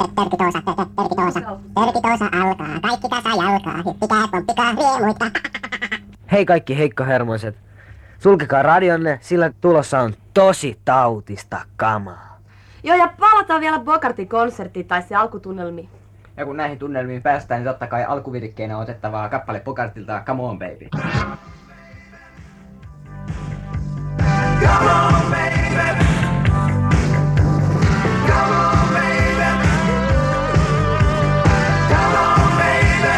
Törkitoosa alkaa, kaikki tasa jalkaa, hyppikää, pomppikää, riemuikkaa. Hei kaikki heikkohermoiset, sulkekaa radionne, sillä tulossa on tosi tautista kamaa. Joo, ja palataan vielä Bogartin konserttiin tai se alkutunnelmiin. Ja kun näihin tunnelmiin päästään, niin totta kai alkuvirikkeena on otettavaa kappale Bogartilta Come on baby. Come on baby. Come on baby. Come on baby.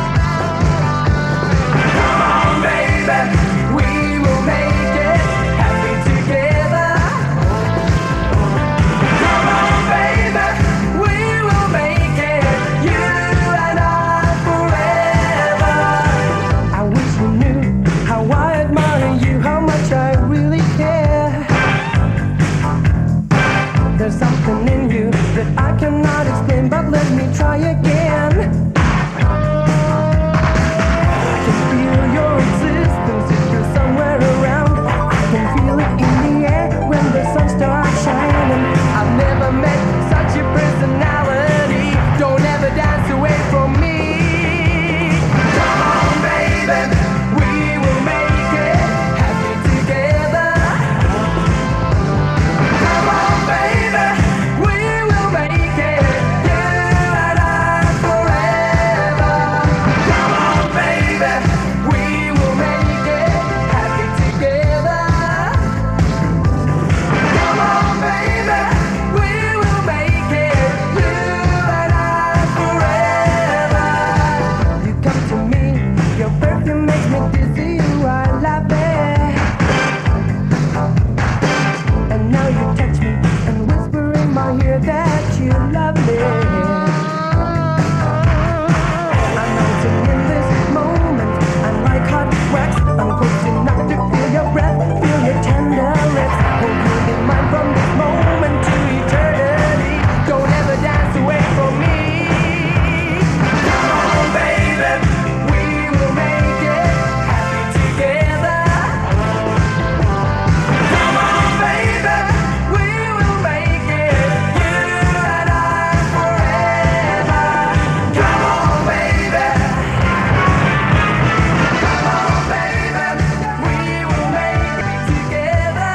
Come on baby. We will make it happy together. Come on baby. We will make it, you and I forever. I wish you knew how I admire you, how much I really care. There's something in you that I cannot explain, but let me try again. I can feel your existence if you're somewhere around. I can feel it in the air when the sun starts shining. I've never met such a personality. Don't ever dance away from me. Come on, baby. We will make it happy together. Come on, baby. We will make it, you and I forever. Come on, baby. We will make it happy together. Come on, baby. We will make it, you and I forever. You come to me, your perfume makes me dizzy, you I love it. And now you touch me and whisper in my ear that you love me. I'm melting in this moment, I'm like hot wax. I'm close enough to feel your breath, feel your tender lips. Hold you in mind from this moment to eternity. Don't ever dance away from me. Come on, baby, we will make it happy together. Come on, baby, we will make it, you and I forever. Come on, baby. Come on, baby, we will make it together.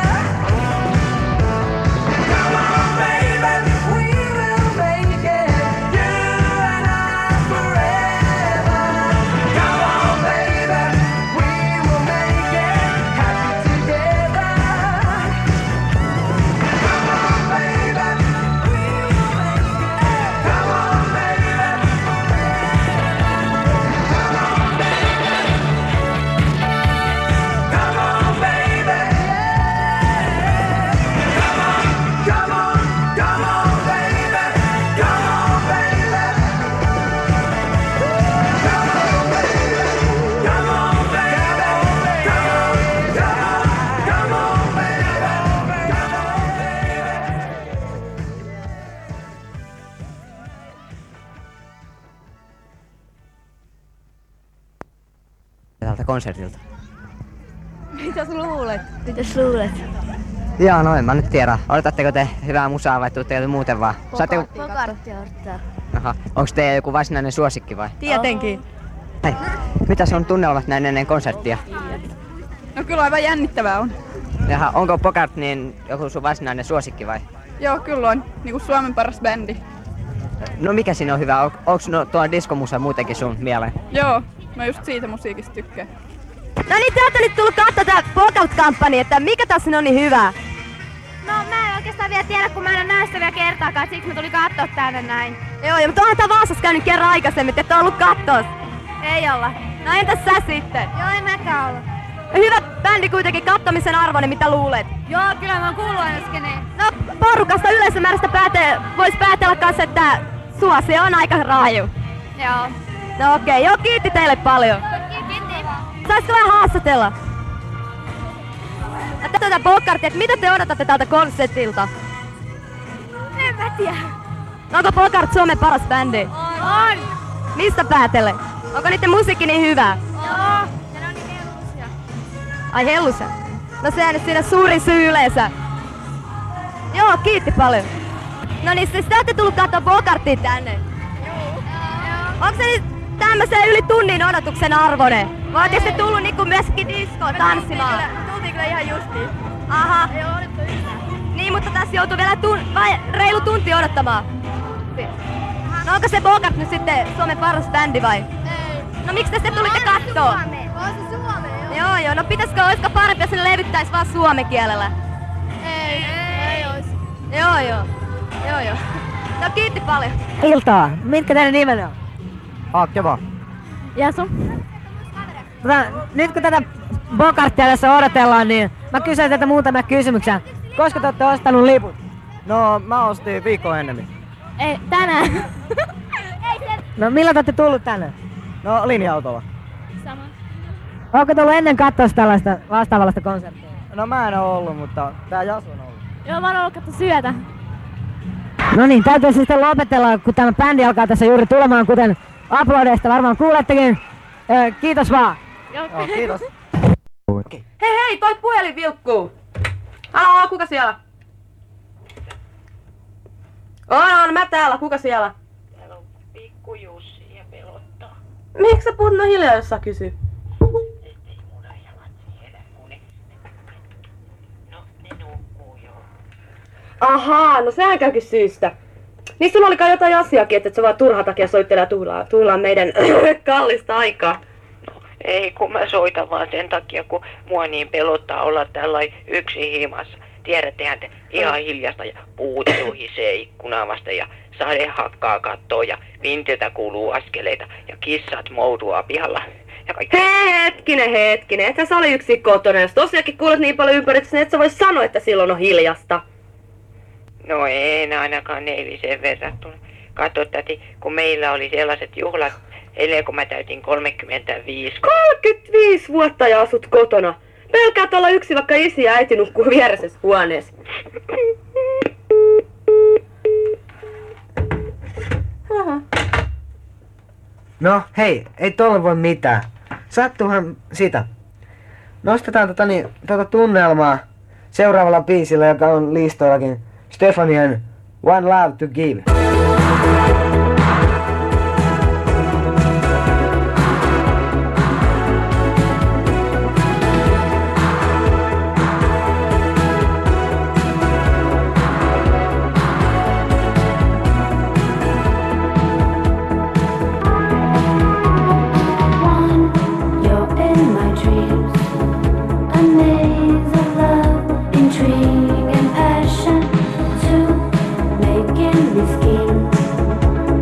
Come on, baby, we will make it, you and I forever. Come on, baby, we will make it happy together. Come on, baby, we will make it. Come on, baby. Come on, baby. Come on, baby. Come on, come on, come on, baby. Come on, baby. Come on, baby. Come on, baby. Come on, tältä konsertilta. Mitäs luulet? Mitäs luulet? Joo, no en mä nyt tiedä. Odotatteko te hyvää musaa vai tuutte jotain muuten vaan? Bogartti odottaa. Aha. Onks teillä joku varsinainen suosikki vai? Tietenkin. Hei, mitäs on tunnelmat näin ennen konserttia? No kyllä aivan jännittävää on. Jaha, onko Bogart niin joku sun varsinainen suosikki vai? Joo, kyllä on. Niinku Suomen paras bändi. No mikä siinä on hyvä? Onks tuo diskomusa muutenkin sun mieleen? Joo, mä just siitä musiikista tykkään. No niin, te ootte nyt tullut katsoa tää Bogart-kampanja, että mikä tässä on niin hyvä? No mä en oikeastaan vielä tiedä, kun mä en ole nähnyt sitä vielä kertaakaan, siksi mä tulin kattoo tänne näin. Joo, mutta onhan tää Vaasassa käynyt kerran aikaisemmin, että ette ollut kattoos. Ei olla. No entäs sä sitten? Joo, ei mäkään olla. Hyvä bändi kuitenkin, kattomisen arvoinen, mitä luulet? Joo, kyllä mä oon kuullut aina skeneen. No porukasta yleisömäärästä vois päätellä kanssa, että suosio on aika raju. Joo. No okei, joo, kiitti teille paljon. Kiitti. Saisiko vähän haastatella? Ja tätä Bogartia, että mitä te odotatte tältä konsertilta? En mä tiedä. Onko Bogart Suomen paras bändi? On. Mistä päätelle? Onko niiden musiikki niin hyvä? Joo. Ja ne on niin hellusia. Ai hellusen. No sehän nyt siinä suurin syy yleensä. Joo, kiitti paljon. No niin, siis te ootte tullut kattoo Bogartia tänne? Juu. Onko se nyt tämmösen yli tunnin odotuksen arvoinen? Vai ootte te tullut niinku myöskin diskoon tanssimaan? Tultiin kyllä ihan justiin. Aha. Ei oo odottu yhtään. Niin, mutta tässä joutuu vielä reilu tunti odottamaan. No onko se Bogart nyt sitten Suomen paras bändi vai? Ei. No miksi te sitten tulitte kattoo? On se Suomi, joo. Joo, no olisiko parempi, jos ne levyttäis vaan suomen kielellä? Ei ois. Joo. No kiitti paljon. Iltaa. Mitkä teidän nimenne on? Aakke vaan. Jasu. Nyt kun tätä Bogartia tässä odotellaan, niin mä kysyn teiltä muutamia kysymyksiä. Koska te olette ostanut liput? No, mä ostin viikkoa ennemmin. Ei, tänään. No milloin te olette tullut tänne? No, linja-autolla. Sama. Onko tullut ennen katsoa tällaista vastaavallista konserttia? No mä en oo ollut, mutta tää Jasu on ollut. Joo, mä oon ollut katso syötä. No niin, täytyy sitten lopetella, kun tämä bändi alkaa tässä juuri tulemaan, kuten uploadeista varmaan kuulettekin. Kiitos vaan. Joo, kiitos. Hei, toi puhelin vilkkuu. Halo, kuka siellä? On, mä täällä, kuka siellä? Täällä on pikku Jussi ja pelottaa. Miksi sä puhut noin hiljaa, jos sä kysyy? Ei mun ajamat siellä, kun ne nukkuu jo. Ahaa, no sehän käykin syystä. Niin sulla oli kai jotain asiakin, että sä vaan turha takia soittelee ja tuhlaa meidän kallista aikaa. No ei, kun mä soitan vaan sen takia, kun mua niin pelottaa olla tällainen yksin himassa. Tiedättehän te, ihan hiljasta ja puut suhisee ikkunavasta ja sade hakkaa kattoo ja vintiltä kuuluu askeleita ja kissat mouduaa pihalla. Ja kaikki. Hetkinen, ethän sä oli yksin kotona. Jos tosiaankin kuulet niin paljon ympäri, niin et sä vois sanoa, että silloin on hiljasta. No en ainakaan eiliseen verrattuna. Katso täti, kun meillä oli sellaiset juhlat, ennen kuin mä täytin 35. 35 vuotta ja asut kotona. Pelkäät olla yksi, vaikka isi ja äiti nukkuu vieressä huoneessa. No hei, ei tolle voi mitään. Sattuuhan sitä. Nostetaan tota tunnelmaa seuraavalla biisillä, joka on listoillakin. Stefanian One Love to Give. You're in my dreams, a maze of love, intrigue and passion, two making me scheme.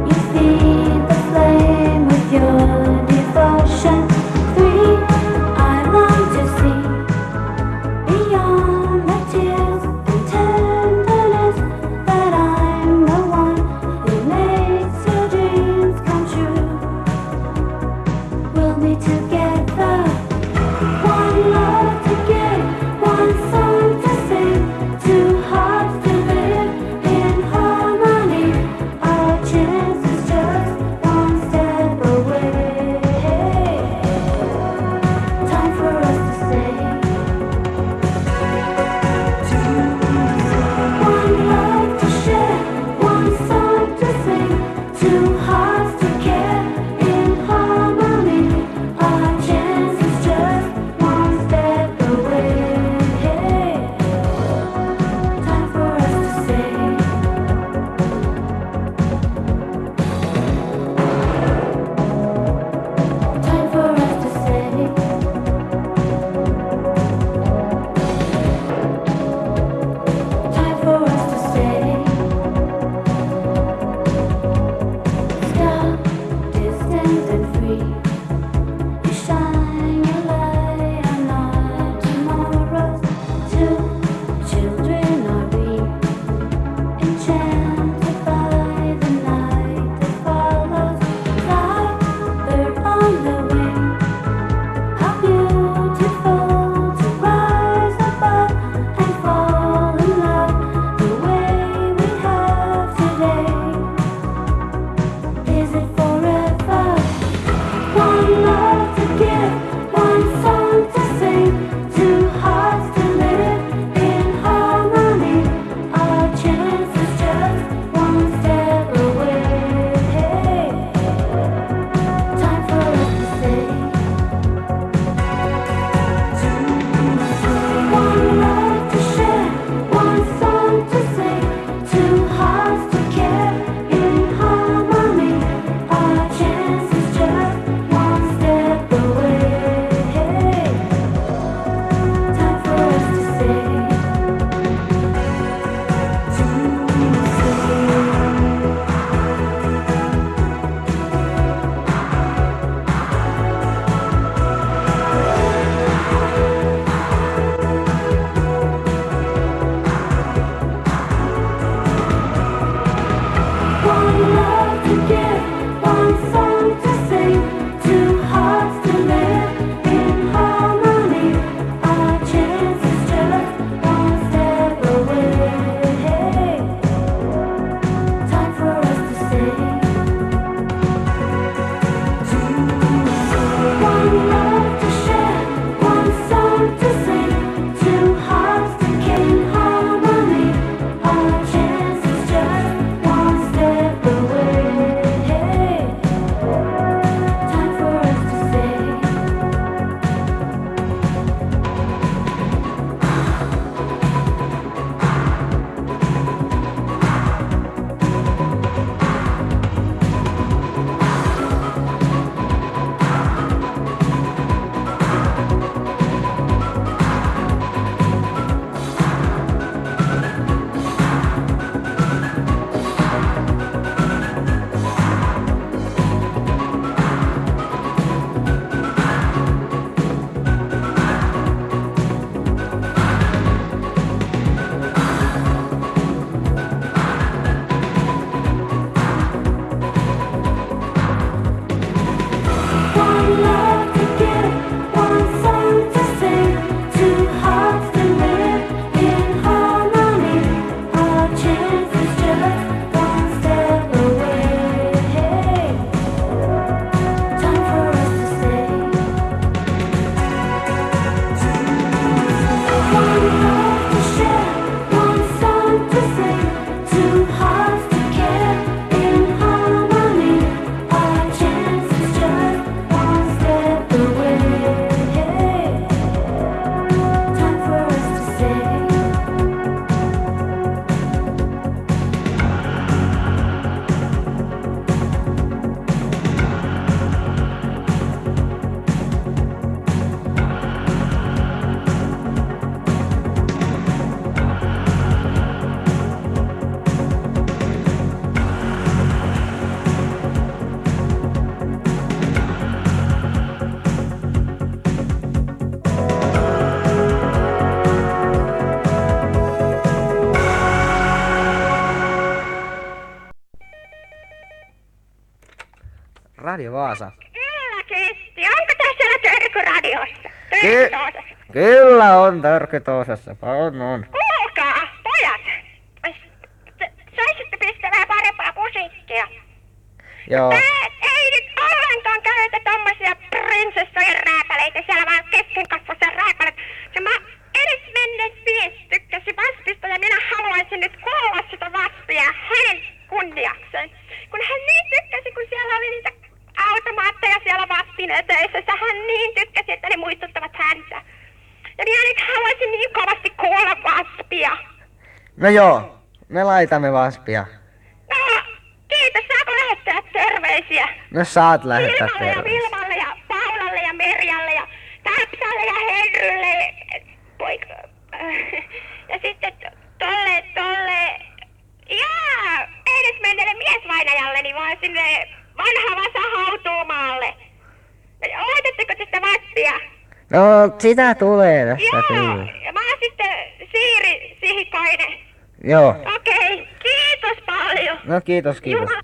Radio Vaasa. Kyllä, Kisti. Onko tässä siellä Törkyradiossa? Kyllä on Törkytoosassa. On. Kuulkaa, pojat. Saisitte pistää vähän parempaa musiikkia. Joo. Ei nyt ollenkaan käytä tommosia prinsessojen rääpäleitä, siellä vaan keskenkasvoisia rääpäleitä. Ja mä edesmenneet mies tykkäsi Vaspista ja minä haluaisin nyt kuulla sitä Vaspia hänen kunniakseen. Kun hän niin tykkäsi, kun siellä oli niitä automaatteja siellä Vaspin eteisessä, hän niin tykkäsi, että ne muistuttavat häntä. Ja minä nyt haluaisin niin kovasti kuulla Vaspia. No joo, me laitamme Vaspia. No, kiitos. Saako lähettää terveisiä? No saat lähettää Vilmalle ja terveisiä. Vilmalle ja Paulalle ja Merjalle ja Tapsalle ja Henrylle. Poika. Ja sitten tolle. Jaa, edesmenneelle miesvainajalleni vaan sinne vanha Vasa hautuumaalle. Laitatteko tästä Vaspia? No sitä tulee tästä Joo, kyllä. ja mä oon sitten Siiri Sihikainen. Joo. Okei, kiitos paljon. No kiitos.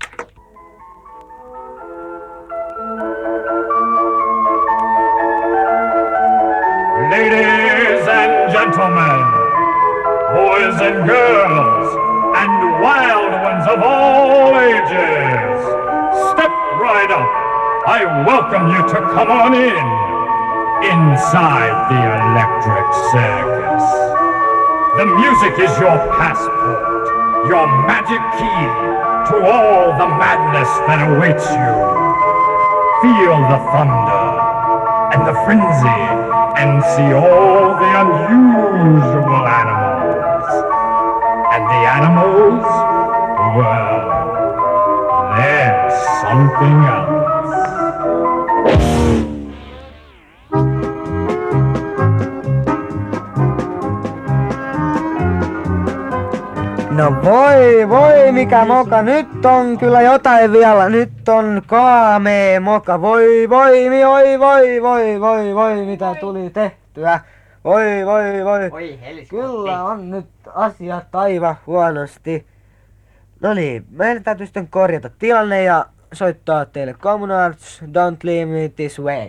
Ladies and gentlemen, boys and girls, and wild ones of all ages, step right up. I welcome you to come on inside the Electric Circus. The music is your passport, your magic key to all the madness that awaits you. Feel the thunder and the frenzy and see all the unusual animals. And the animals, well, they're something else. No voi mikä moka, nyt on kyllä jotain vielä, nyt on kaamee moka, voi mitä tuli tehtyä, voi. Kyllä on nyt asiat aivan huonosti. No niin, meidän täytyy sitten korjata tilanne ja soittaa teille Common Arts, Don't Leave Me This Way.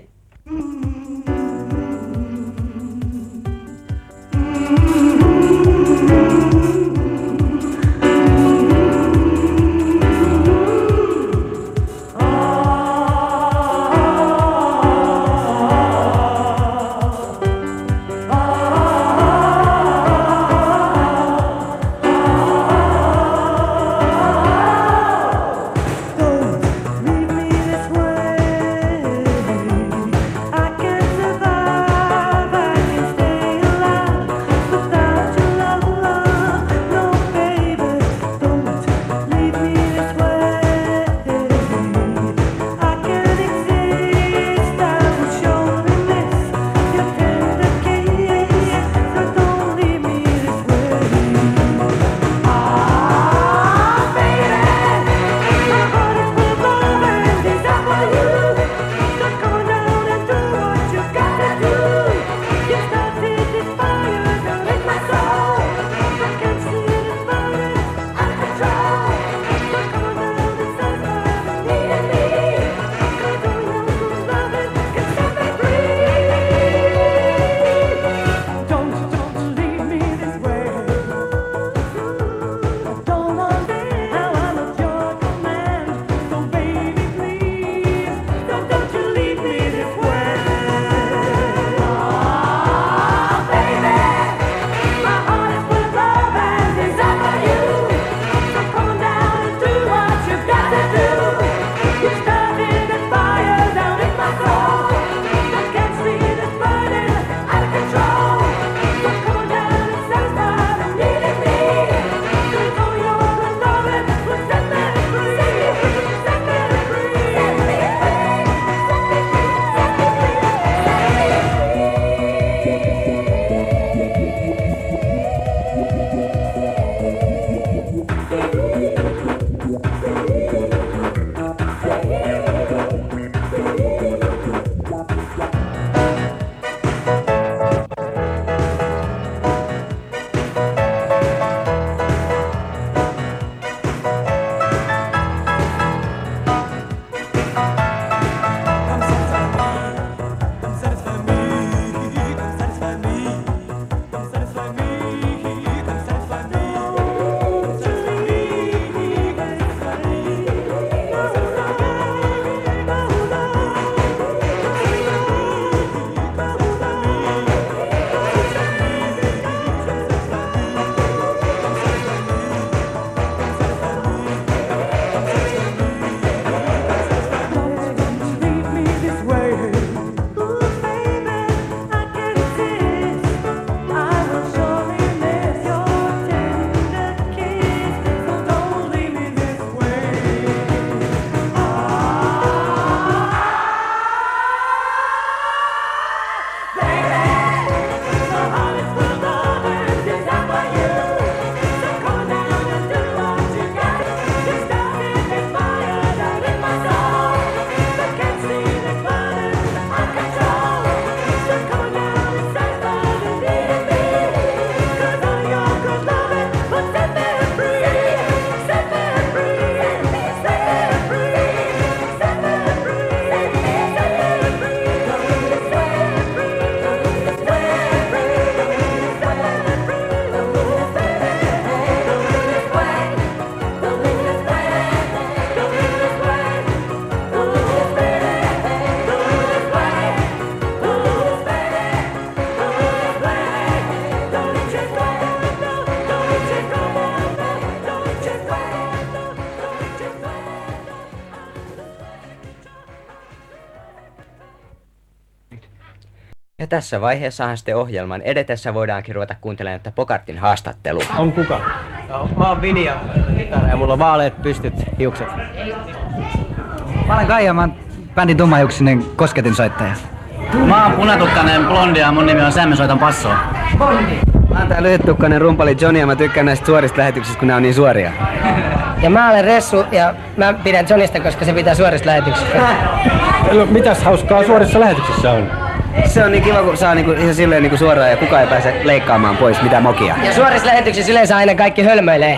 Ja tässä vaiheessahan sitten ohjelman edetessä voidaankin ruveta kuuntelemaan että Bogartin haastattelua. On kuka? No, mä oon Vini ja kitara ja mulla on vaaleet pystyt hiukset. Mä olen Kaija, mä oon bändin tummahiuksinen kosketinsoittaja. Mä oon punatukkainen blondi ja mun nimi on Sam, soitan passoa. Mä oon tää lyhyttukkainen rumpali Johnny ja mä tykkään näistä suorista lähetyksistä, kun ne on niin suoria. Ja mä olen Ressu ja mä pidän Johnnysta, koska se pitää suorista lähetyksistä. No, mitäs hauskaa suorissa lähetyksissä on? Se on niin kiva, kun saa niinku ihan silleen niinku suoraan ja kukaan ei pääse leikkaamaan pois mitään mokia. Ja suorissa lähetyksissä yleensä aina kaikki hölmöilee.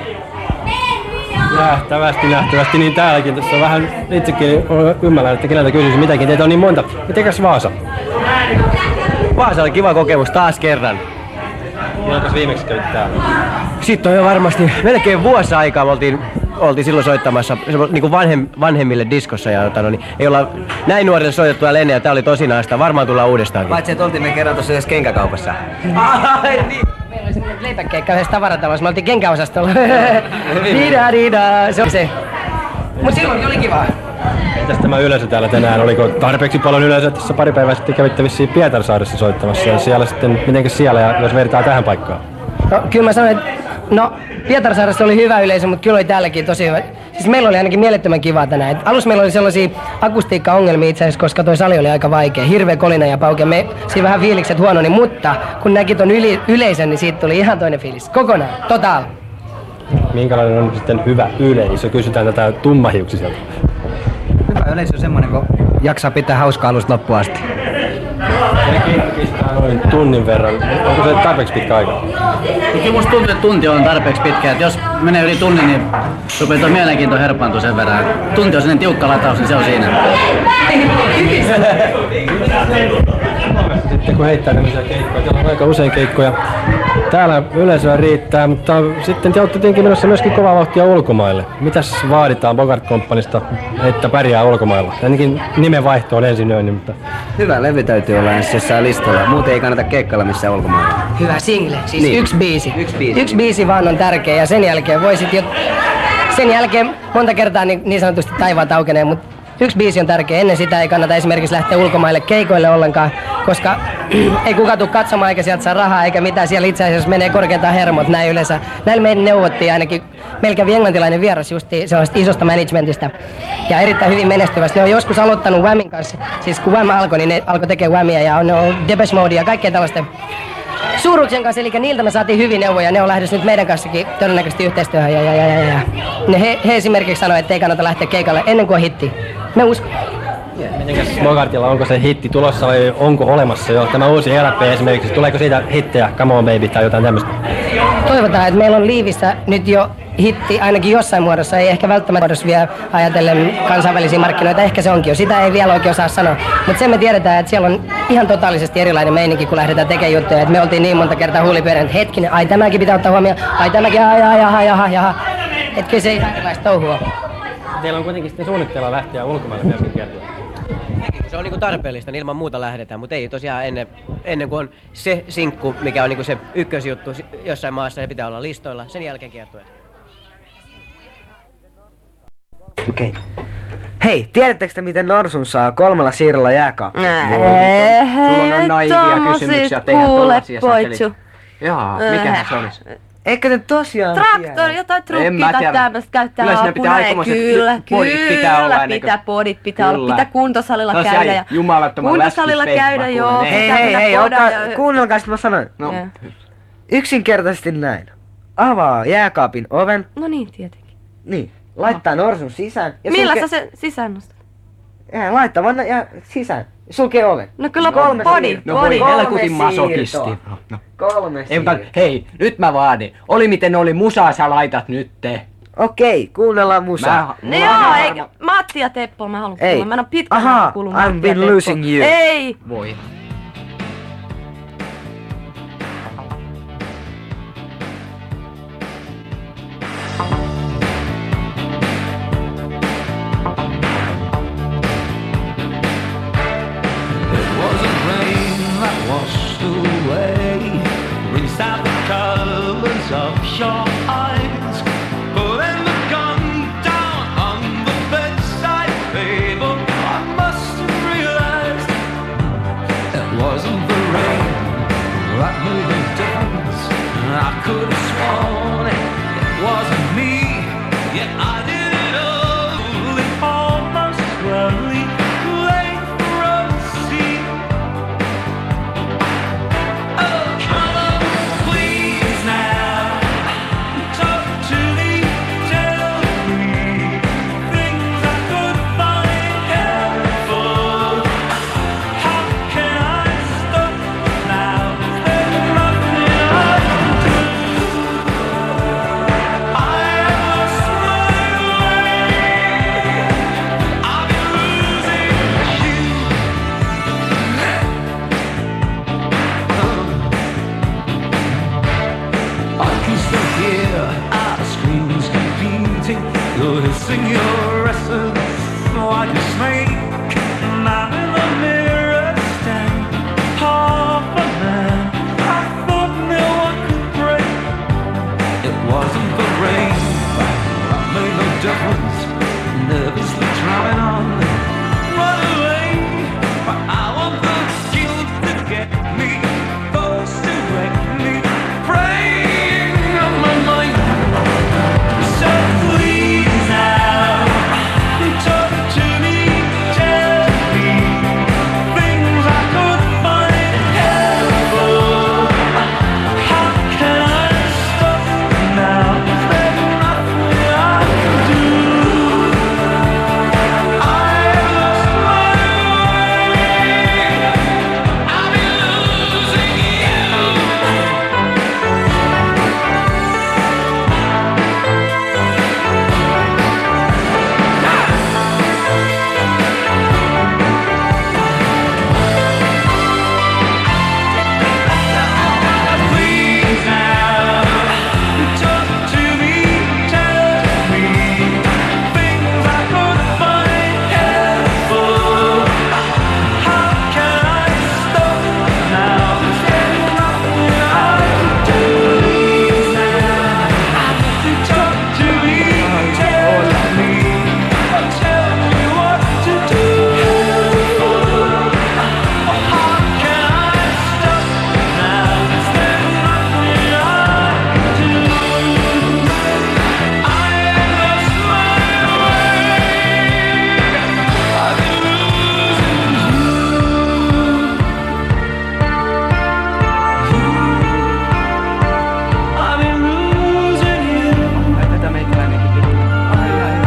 Nähtävästi niin täälläkin. Tässä on vähän itsekin ymmärrän, että keneltä kysyisin mitäkin. Teitä on niin monta. Mitenkäs Vaasa? Vaasa oli kiva kokemus taas kerran. Milloinkas viimeksi kävit täällä? Sitten on jo varmasti melkein vuosi aikaa. Oltiin silloin soittamassa niin vanhemmille diskossa ja ei olla näin nuorille soitettu täällä ennen ja tää oli tosinaista. Varmaan tullaan uudestaankin. Paitsi että oltiin me kerran tuossa yhdessä kenkäkaupassa. Niin. Meillä oli semmoinen leipäkeikka yhdessä tavaratalossa. Me oltiin kenkäosastolla. Se oli se. Mut silloin oli kivaa. Entäs tämä yleisö täällä tänään? Oliko tarpeeksi paljon yleisöä? Tässä pari päivää sitten kävitte vissiin Pietarsaaressa soittamassa. Ja siellä sitten, mitenkäs siellä, ja jos vertaa tähän paikkaan? No kyllä mä sanoin, että Pietarsaaressa oli hyvä yleisö, mutta kyllä oli täälläkin tosi hyvä. Siis meillä oli ainakin mielettömän kivaa tänään. Alussa meillä oli sellaisia akustiikkaongelmia itse asiassa, koska toi sali oli aika vaikea. Hirveä kolina ja pauke. Me siinä vähän fiilikset huononi, mutta kun näki ton yleisön, niin siitä tuli ihan toinen fiilis. Kokonaan. Total. Minkälainen on sitten hyvä yleisö? Kysytään tätä tummahiuksiselta. Hyvä yleisö on semmonen, kun jaksaa pitää hauskaa alusta loppuun asti. Kestää noin tunnin verran. Onko se tarpeeksi pitkä aika? Kyllä musta tuntuu, että tunti on tarpeeksi pitkä. Et jos menee yli tunnin, niin rupeaa tuo mielenkiinto herpaantua sen verran. Tunti on sellainen tiukka lataus, niin se on siinä. Sitten kun heittää tämmöisiä keikkoja, täällä on aika usein keikkoja. Täällä yleisöä riittää, mutta sitten te olette tietenkin menossa myöskin kovaa vauhtia ulkomaille. Mitäs vaaditaan Bogart Companysta, että pärjää ulkomailla? Ainakin nimenvaihto on ensin yön, mutta... Hyvä levy täytyy olla ensin jossain listalla. Muuten ei kannata keikkailla missään ulkomailla. Hyvä single, siis niin. Yksi biisi. Yksi biisi vaan on tärkeä ja sen jälkeen voisit jo... Sen jälkeen monta kertaa niin sanotusti taivaat aukenee, mutta yksi biisi on tärkeä. Ennen sitä ei kannata esimerkiksi lähteä ulkomaille keikoille ollenkaan, koska ei kukaan tule katsomaan eikä sieltä saa rahaa eikä mitään. Siellä itse asiassa menee korkeintaan hermot näin yleensä. Näillä meidän neuvottiin ainakin. Meillä kävi englantilainen vieras justi sellaista isosta managementista ja erittäin hyvin menestyvästi. Ne on joskus aloittanut Whamin kanssa, siis kun Wham alkoi, niin ne alkoi tekemään Whamia ja on ollut Depeche Mode ja kaikkea tällaista suuruuksien kanssa, eli niiltä me saatiin hyviä neuvoja. Ne on lähdössä nyt meidän kanssakin todennäköisesti yhteistyöhön ja. He esimerkiksi sanoi, että ei kannata lähteä keikalle ennen kuin on hitti. Me uskon. Mitenkäs Bogartilla, onko se hitti tulossa vai onko olemassa jo tämä uusi LP esimerkiksi? Tuleeko siitä hittejä, Come on baby tai jotain tämmöistä? Toivotaan, että meillä on liivissä nyt jo hitti ainakin jossain muodossa, ei ehkä välttämättä muodossa vielä ajatellen kansainvälisiä markkinoita, ehkä se onkin jo, sitä ei vielä oikein osaa sanoa. Mutta sen me tiedetään, että siellä on ihan totaalisesti erilainen meininki, kun lähdetään tekemään juttuja. Et me oltiin niin monta kertaa huulipyörän, että hetkinen, ai tämäkin pitää ottaa huomioon, ai tämäkin, jaha. Että kyllä se ihan erilaista touhua. Teillä on kuitenkin sitten suunnitteilla lähteä ulkomaille myöskin kertoa. Se on niinku tarpeellista, niin ilman muuta lähdetään, mutta ei tosiaan ennen kuin on se sinkku, mikä on niinku se ykkösjuttu jossain maassa, se pitää olla listoilla, sen jälkeen kiertue. Okei. Hei, tiedättekö miten Norsun saa 3 siirrolla jääkaappiin? Sulla on naivia kysymyksiä tehdä tollasia Poitsu. Jaa, mikähän se olisi? Eikö ne tosiaan traktori, jotain trukkia tai tämmöistä käyttää apuna. Kyllä, podit pitää olla. Pitää kuntosalilla käydä. Ja kuntosalilla käydä, joo. Hei, kuunnelkaa mä sanon. No, yksinkertaisesti näin. Avaa jääkaapin oven. No niin, tietenkin. Niin, laittaa Norsun sisään. Millä sä sen sisään nostat? Laittaa vaan sisään. Sulkee oven. No kyllä podi. Helkutin masokisti. 3 siirtoa. Hei, nyt mä vaadin. Oli miten oli, musaa sä laitat nytte. Okei, kuunnellaan musaa. Eikä Matti ja Teppo, mä haluan kuulla. Mä en oo pitkään kuullut Matti ja I've been losing you. Ei! Voi. Of your eyes, putting the gun down on the bedside table. I must have realized like a snake. Now in the mirror stand half a man. I thought no one could break. It wasn't the rain, that made no difference. Nervously trying on, run away. But I want the guilt to get me, those to wreck me, praying on my mind. So please now, talk to me, tell me things I could find helpful. How can I stop now? There's nothing I can do. I lost my way. I've been losing you. Please now, talk to me, tell me things I could find helpful. How can I stop now? There's nothing I can do. Please now, talk to me, tell me what to do. How can I stop now? There's nothing I can do. I lost my way. I've been losing you. Tätä meikäläinenkin pitää. Ai.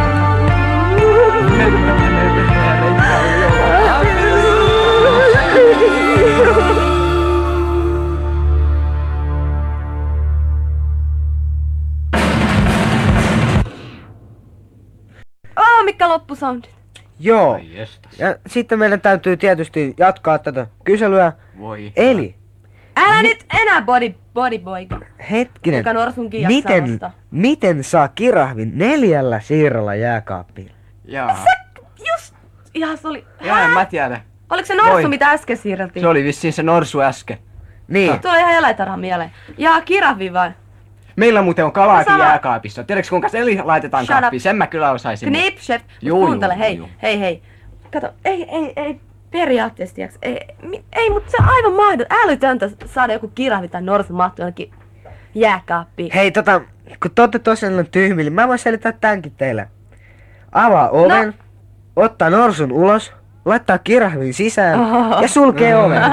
Mikä loppusoundit? Joo. Ai jestas. Ja sitten meidän täytyy tietysti jatkaa tätä kyselyä. Voi. Eli, Älä nyt enää body boy. hetkinen, Joka norsunkin jaksaa nostaa. miten saa kirahvin 4 siirrolla jääkaappiin? Jaa. Just, ihan se oli... Jaa, en mä tiedä. Oliko se norsu, Voi. mitä äsken siirreltiin? Se oli vissiin se norsu äsken. Niin. Tulee ihan eläintarhan mieleen. Ja kirahvi vai? Meillä muuten on kalaakin Sama- jääkaapissa. Tiedätkö kuinka se laitetaan Shut up. kaappiin? Sen mä kyllä osaisin. Knip, chef. Juu, Kuuntele, juu, hei, juu. hei. Kato, ei periaatteessa, tiiäks, ei, mutta se on aivan älytöntä saada joku kirahvi tai norsu mahtuu jonnekin jääkaappiin. Hei, kun te ootte tosiaan tyhmillä, mä voin selittää tämänkin teille. Avaa oven, ottaa norsun ulos, laittaa kirahvin sisään ja sulkee oven.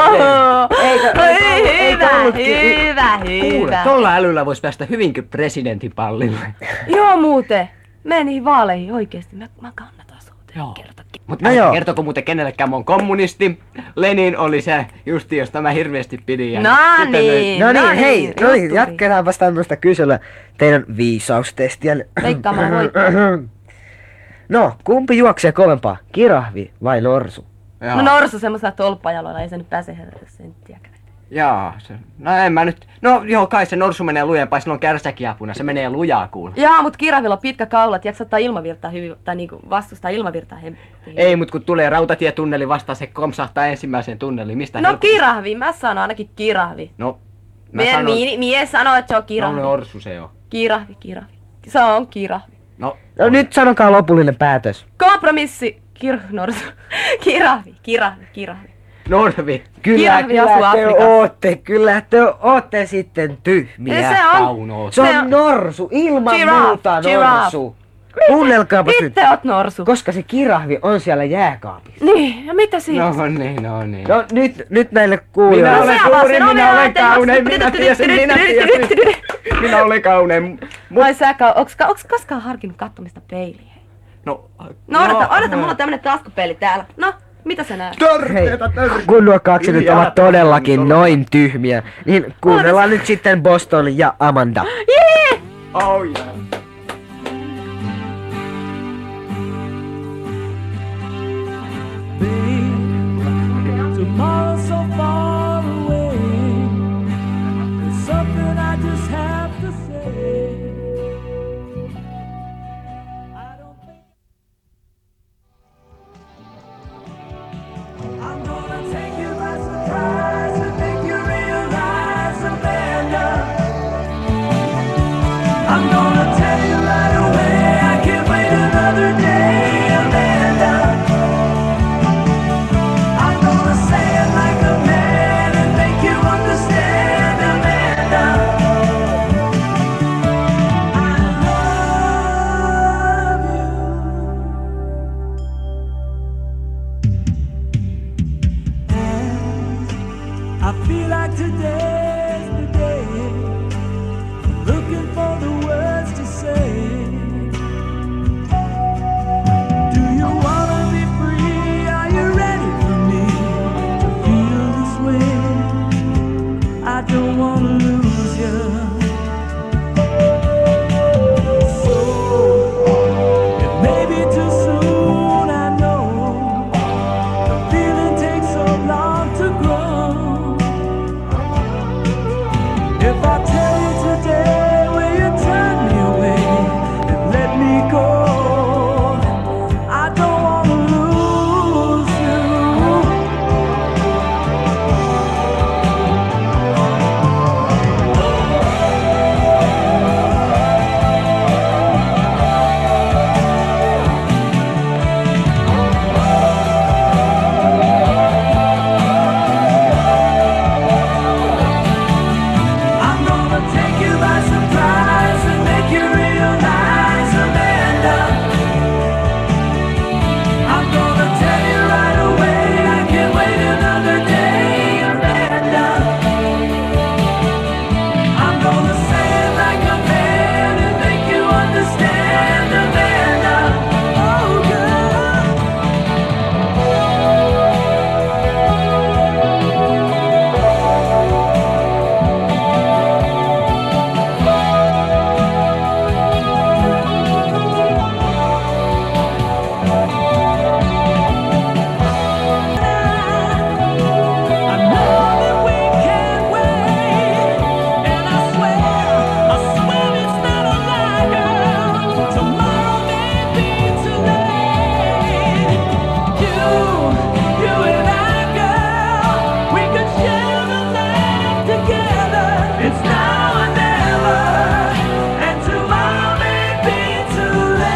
Kuule, tolla älyllä vois päästä hyvinkin presidentin pallille. Joo muuten. Mene niihin vaaleihin oikeesti. Mä kannataan suuteen. Joo. Kertokin. Mutta no kertoko muuten kenellekään mä oon kommunisti. Lenin oli se justi, josta mä hirveästi pidin. Ja No sitten niin. Hei, jatketaanpas tämmöstä kyselyä teidän viisaustestiä. Veikkaamaan voittaa. No, kumpi juoksee kovempaa, kirahvi vai norsu? No norsu semmoisella tolppajaloilla, ei se nyt pääse senttiäkään. Jaa, no en mä nyt... No joo, kai se norsu menee lujempaa, sillä on kärsäkiapuna, se menee lujaa kuule. Jaa, mut kirahvilla on pitkä kaulat, jaksa ottaa ilmavirtaa hyvin, tai niinku vastustaa ilmavirtaa hemmettiin. Ei, mut kun tulee rautatietunneli vastaan, se komsahtaa ensimmäiseen tunneliin, mistä No helposti- kirahvi, mä sanon ainakin kirahvi. No, mä sanon... Mies sanoo, että se on kirahvi. No norsu se on. Kirahvi. Se on kirahvi. No nyt sanokaa lopullinen päätös. Kompromissi. Norsu. Kirahvi. Norvi. Kyllä te ootte sitten tyhmiä. Se on. Kaunoo. Se on norsu, ilman muuta norsu. Kuunnelkaapas nyt. Itse oot norsu. Koska se kirahvi on siellä jääkaapissa. Niin, ja mitä siitä? No niin. No nyt näille kuulijoille. Minä olen suuri, minä olen kaunein, minä tiesin. Minä olen kaunein. Vai onks koskaan harkinnut kattomista peiliin? No Odota, mulla on tämmönen taskupeili täällä. No, mitä sä näet? Kun nuo kaksi nyt ovat todellakin noin tyhmiä, niin kuunnellaan nyt sitten Boston ja Amanda. Jee! Oh yeah. Tomorrow's so far away. There's something I just have to say. I don't think today's the day. Looking for the words to say. Do you wanna be free? Are you ready for me to feel this way? I don't wanna lose you. So it may be too soon, I know. The feeling takes so long to grow. If I tell you today, will you turn me away and let me go? I don't wanna lose you. I'm gonna take you by surprise and make you realize, Amanda. I'm gonna tell you right away, I can't wait another day, Amanda. I'm gonna say it like a man and make you understand, Amanda. Oh, girl. I know that we can't wait, and I swear it's not a lie, girl. Tomorrow may be too late. You and I, girl, we could share the night together. It's now or never, and tomorrow may be too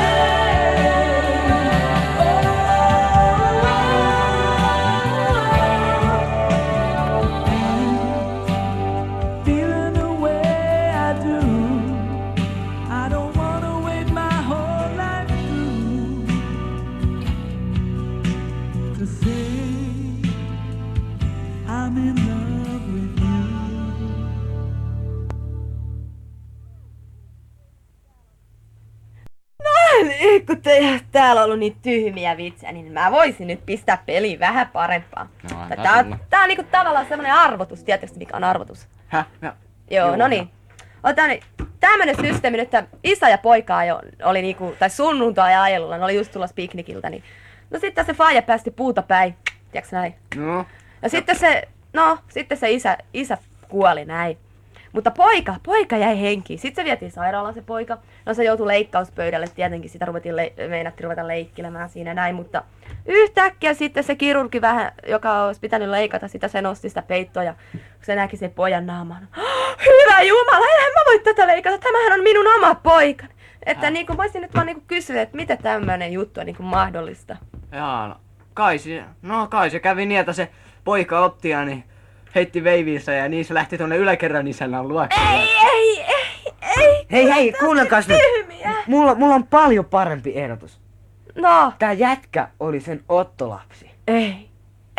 late. Feeling the way I do, I don't wanna wait my whole life through to say I'm in love with you. Kun täällä on ollut niin tyhmiä vitsejä, niin mä voisin nyt pistää peliin vähän parempaa. No, Tää on niinku tavallaan semmonen arvotus, tiedättekö mikä on arvotus? Häh? Joo, no niin. Otetaan nyt tämmönen systeemi nyt, että isä ja poika oli niinku, tai sunnuntai-ajelulla, ne oli just tulossa piknikiltä, niin no sitten se faija päästi puuta päin, tiedätkö näin? No. Ja sitten se isä kuoli näin. Mutta poika jäi henkiin. Sitten se vietiin sairaalaan se poika. No se joutui leikkauspöydälle, tietenkin sitä meinattiin ruveta leikkilemään siinä näin, mutta yhtäkkiä sitten se kirurgi vähän, joka olisi pitänyt leikata sitä, se nosti sitä peittoa ja se näki sen pojan naaman. Hyvä Jumala, enhän mä voi tätä leikata, tämähän on minun oma poikani. Että niin kuin voisin nyt vaan niin kuin kysyä, että miten tämmöinen juttu on niin kuin mahdollista. Jaa, no kai se kävi niin, että se poika otti ja niin heitti veiviinsä ja niin se lähti tuonne yläkerran isännän luokse. Hei, kuunnelkaas nyt. Mulla on paljon parempi ehdotus. No. Tää jätkä oli sen ottolapsi. Ei,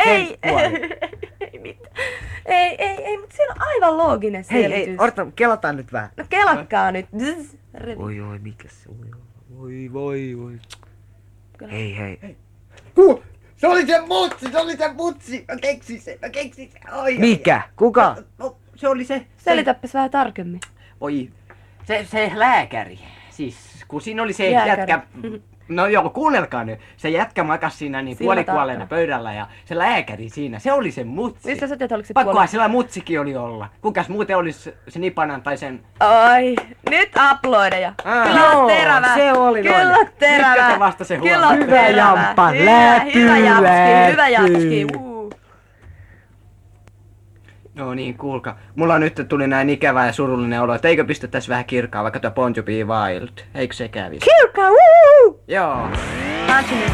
mutta siinä on aivan looginen selitys. Hei, odota, kelataan nyt vähän. No kelatkaa nyt. Oi, mikä se on? Voi. Hei. Se oli se mutsi! Mä keksin sen. Oi. Mikä? Kuka? No, se oli se. Selitäpäs vähän tarkemmin. Oi, se lääkäri. Siis, kun siinä oli se jätkä... No joo, kuunnelkaa nyt. Se jätkä makas siinä niin puolikuolleena pöydällä ja se lääkäri siinä, se oli se mutsi. Mistä sä tiedät, oliko se pakkohan sillä mutsikin oli olla. Kukas muuten olisi se Nipanan tai sen... Oi, nyt aploideja. Kyllä on terävä. Se oli Kyllä on terävä. Nyt se vasta se huono. Hyvä jamppa, Hyvä japski. No niin, kuulkaa. Mulla nyt tuli näin ikävä ja surullinen olo, että eikö pistettäis vähän kirkkaa vaikka tuo Born to be Wild. Eikö se kävisi? Kirkkaa, wuu! Joo. Anthony.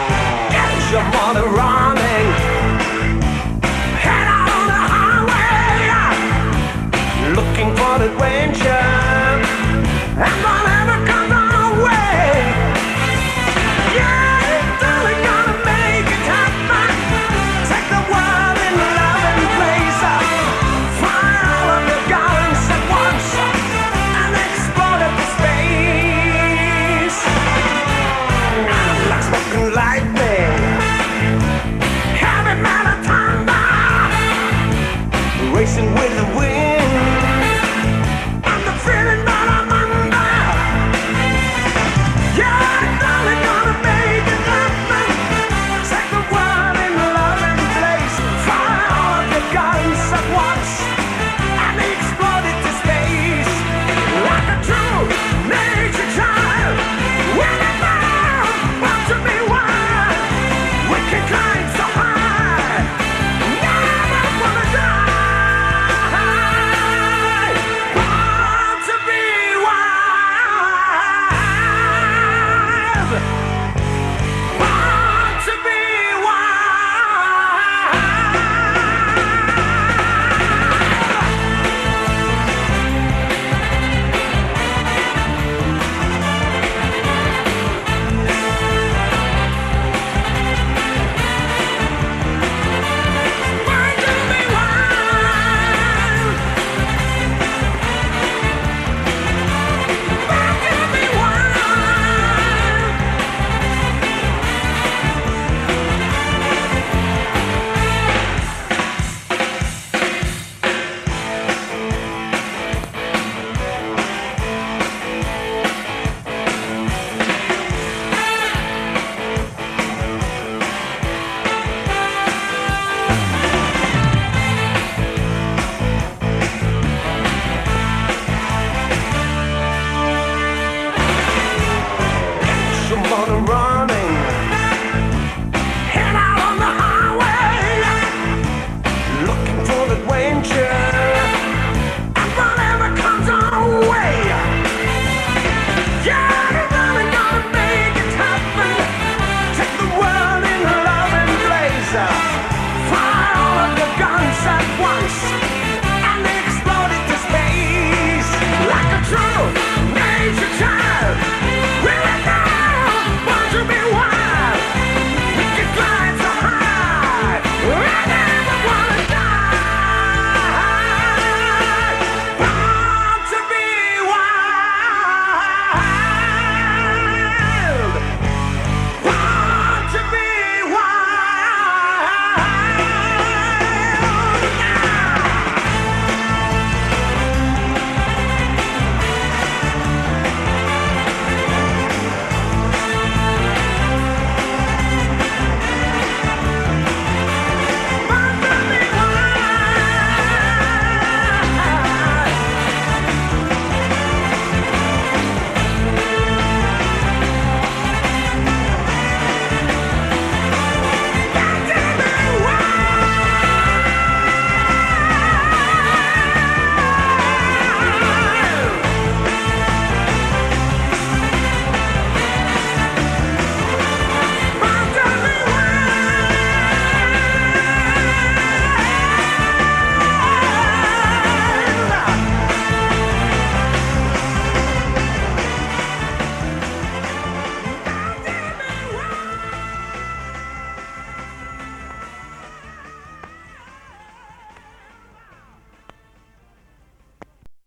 Get your money running. Head out on the highway.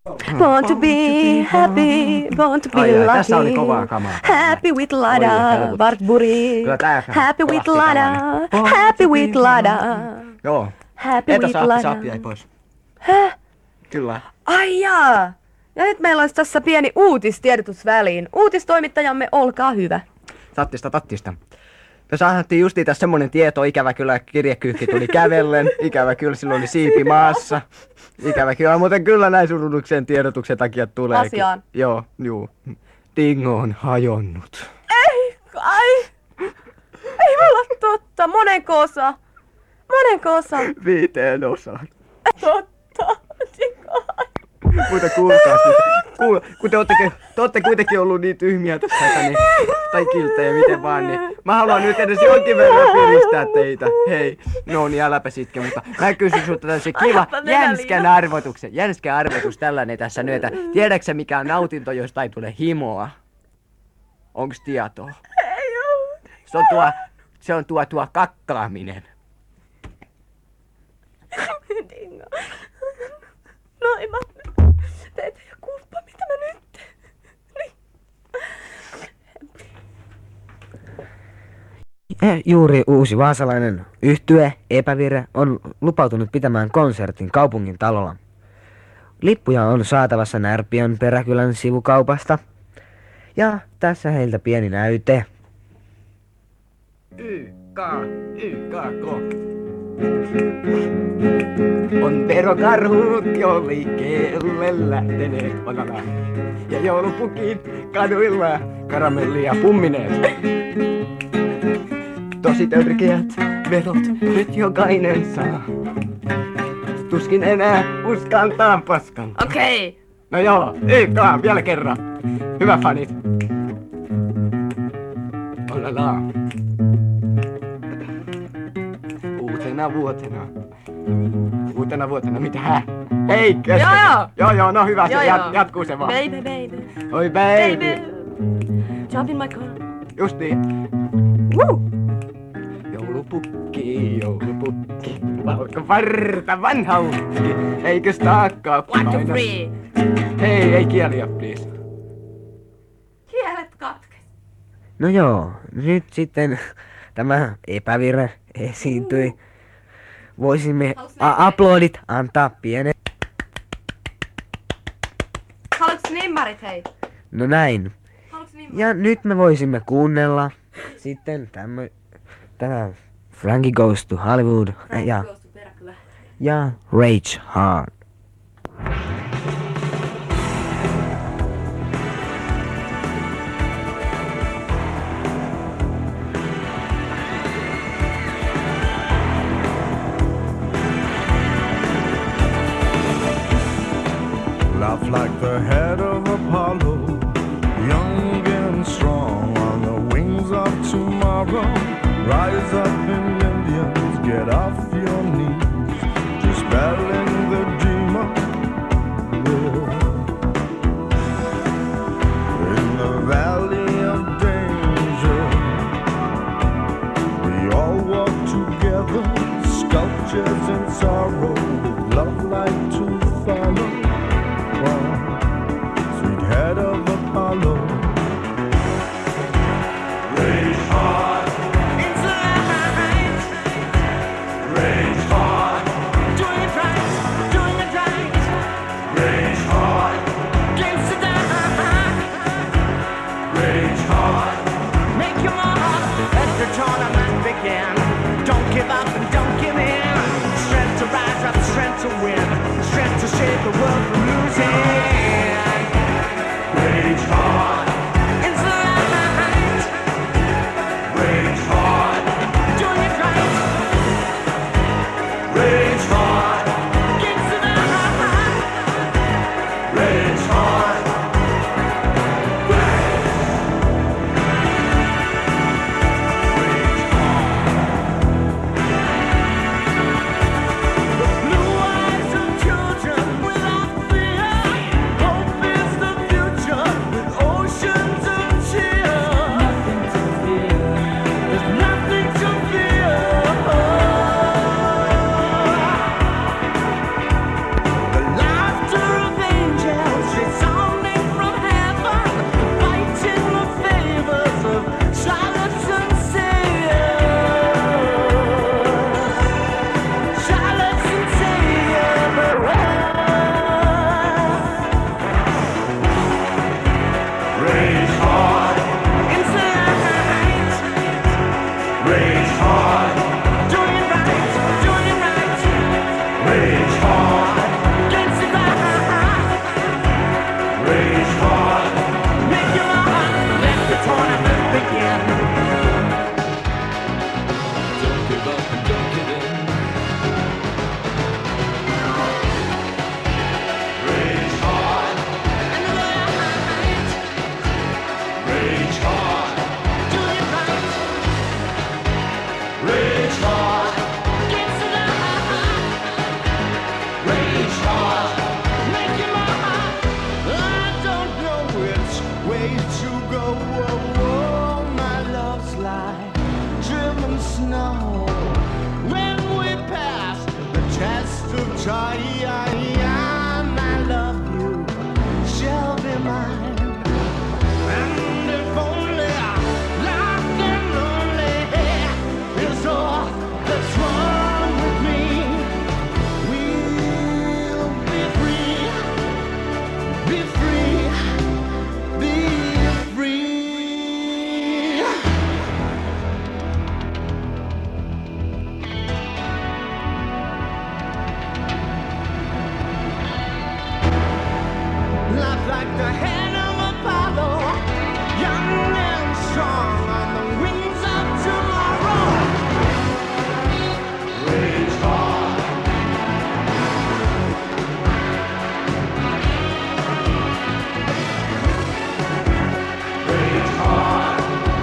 Born to be happy, born to be lucky. Tässä oli kovaa kamaa. Happy with Lada, Wartburg. Kyllä tää Happy with Lada, happy with Lada. Joo. Happy with Lada. Saappi jäi pois. Häh? Kyllä. Ai jaa. Ja nyt meillä olisi tässä pieni uutistiedotusväliin. Uutistoimittajamme, olkaa hyvä. Tattista. Me saatiin justiin tässä semmonen tieto, ikävä kyllä kirjekyyhki tuli kävellen, ikävä kyllä silloin oli siipi maassa. Ikävä kyllä, mutta kyllä näin suruduksen tiedotuksen takia tulee. Asiaan. Joo. Dingo on hajonnut. Ei voi olla totta. Monenko osa? 5 osaan. Totta. Mutta kuulkaa kun te ootte kuitenkin ollut niin tyhmiä tässä, niin, tai kilttejä miten vaan, niin mä haluan nyt edes jonkin verran piristää teitä. Hei, no niin äläpä sitke, mutta mä kysyn sulta tämmösen kiva jänskä arvotus tällainen tässä nyt, että tiedätkö mikä on nautinto, josta ei tule himoa? Onks tietoa? Ei oo. Se on tuo kakkaaminen. Dingo. Noin mä teitä ja kuulpa, mitä mä nyt teen. Juuri uusi vaasalainen yhtye Epävirre on lupautunut pitämään konsertin kaupungin talolla. Lippuja on saatavassa Närpiön Peräkylän sivukaupasta. Ja tässä heiltä pieni näyte. YKK. On verokarhut jo liikkeelle lähteneet, ja joulupukit kaduilla karamellia pummineet. Tosi törkeät verot nyt jokainen saa. Tuskin enää uskaltaa paskan. Okei. No joo, YK vielä kerran. Hyvä fanit. Olala. Uutena vuotena, mitä hä? Hei, kestä. Joo, no hyvä, se jatkuu se vaan. Baby. Oi baby. Jump in my car. Justiin. Woo. Joulupukki, valkovarta vanha ukki, eikös taakkaa paina? Hei, ei kieliä, please. Kielet katke. No joo, nyt sitten tämä Epävirre esiintyi. Voisimme aplodit antaa pienet. Haluatko nimmarit, hei? No näin. Ja nyt me voisimme kuunnella sitten tämä Frankie Goes to Hollywood ja Rage Hard. Laugh like the head of Apollo, young and strong on the wings of tomorrow. Rise up in Indians, get off your knees, dispelling the dreamer. In the valley of danger, we all walk together, sculptures in sorrow, with love light to follow. Sweet head of Apollo. Rage hard. It's light. Rage hard. Doing it right. Doing it right. Rage hard. Against the dark. Rage hard. Make your mark. Let the tournament begin. Don't give up and don't give in. Strength to rise up Rage hard. Doing it right, doing it right. Rage hard. Gets it right. Rage hard. Make your heart. Let the tournament begin. Don't give up and don't give in. Rage hard. And right. Rage hard. Do it right. Rage hard. Gets it right. Rage hard. Make your heart. I don't know which way to go. Oh, my love's like driven snow. When we pass the test of time, I love you shall be mine. And if only lost and lonely is all that's wrong with me, we'll be free, be free, be free. Life like the hand of Apollo, young and strong on the wings of tomorrow. Rage hard. Rage hard.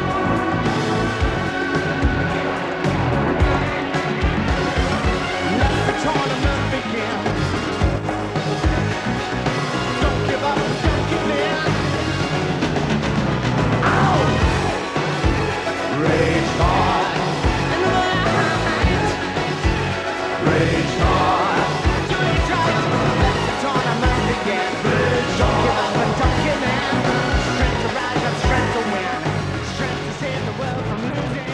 Let the tournament begin. Don't give up, don't give in. Ow! Rage hard. And right. Rage hard. Do it right. Let the tournament begin. Don't give up and don't give in. Strength to rise and strength to win. Strength to save the world from losing.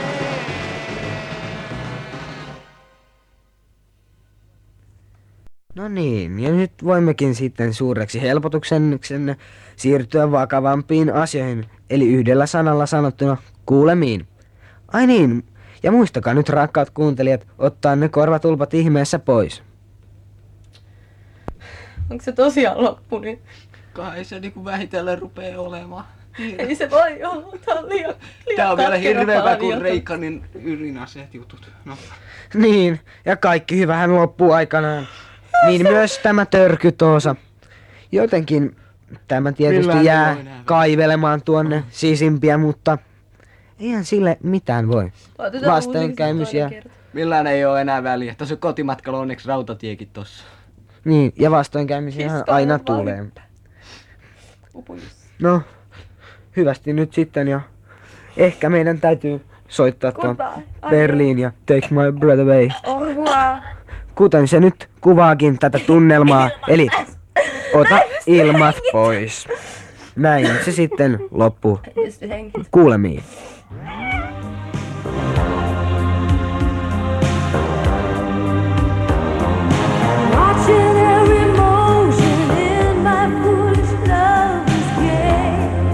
No niin, ja nyt voimmekin sitten suureksi helpotuksen siirtyä vakavampiin asioihin, eli yhdellä sanalla sanottuna kuulemiin. Ai niin, ja muistakaa nyt rakkaat kuuntelijat, ottaa ne korvatulpat ihmeessä pois. Onko se tosiaan loppu nyt? Kai se niinku vähitellen rupee olemaan. Ei se voi olla, tää on liian Tää on vielä katkera hirveämpää kuin paljon. Reikanin ydinaseet jutut. No. Niin, ja kaikki hyvähän loppuu aikanaan. Niin myös tämä törkytoosa. Jotenkin tämä tietysti Millään jää ei voi enää kaivelemaan tuonne sisimpiä, mutta eihän sille mitään voi. Otetaan Vastoinkäymisiä. uusiksi toinen Millään ei oo enää väliä. Tässä on kotimatkalla onneksi rautatiekin tossa. Niin, ja vastoinkäymisiä aina tulee. No, hyvästi nyt sitten ja ehkä meidän täytyy soittaa tuon Goodbye. Berliin ja Take My Breath Away. Au revoir. Kuten se nyt kuvaakin tätä tunnelmaa, eli ota ilmat pois. Näin se sitten loppuu. Kuulemiin. Watching every motion in my foolish lover's game.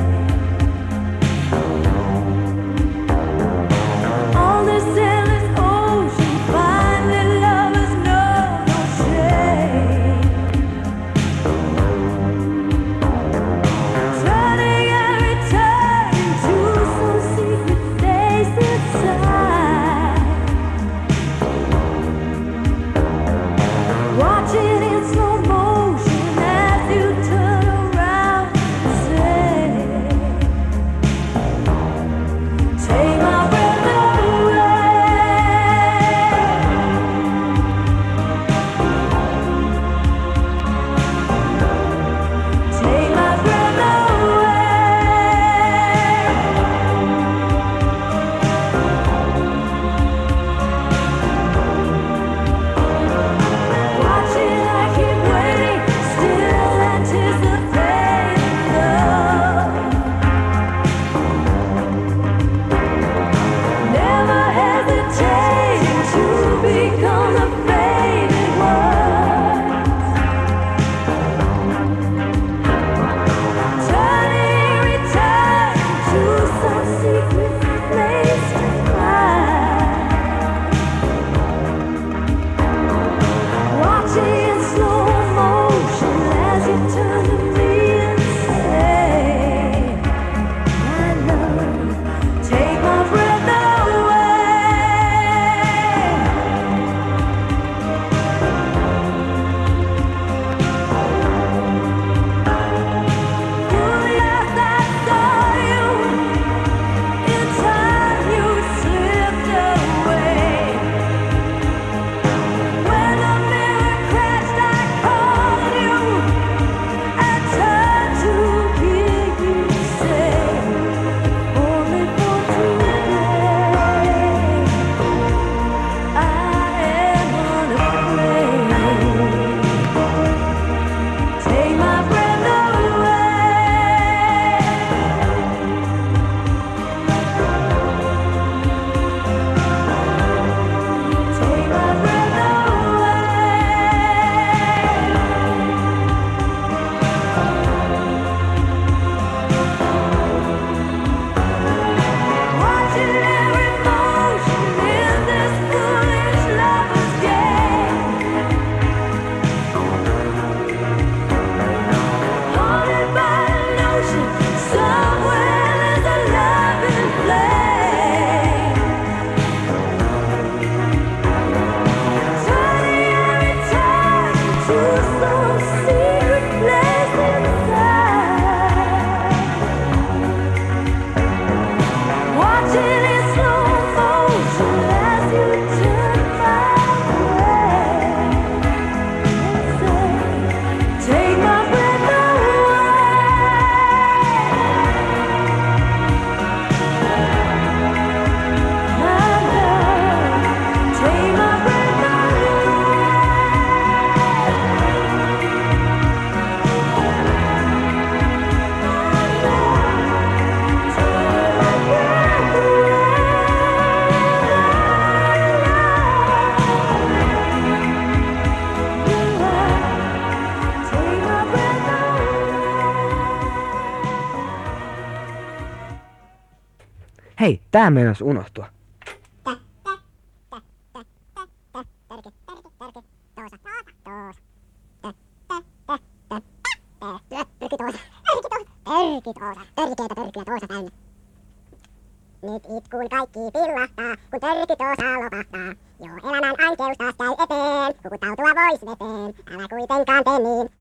On this endless ocean, finding lovers know no shame. Turning every turn into some secret Hei, tää meinas unohtua. Nyt itkuun kaikki pillahtaa, kun törkytoosa lopahtaa. Joo, elämän ankeus taas käy eteen, hukuttautua vois veteen, älä kuitenkaan tee niin.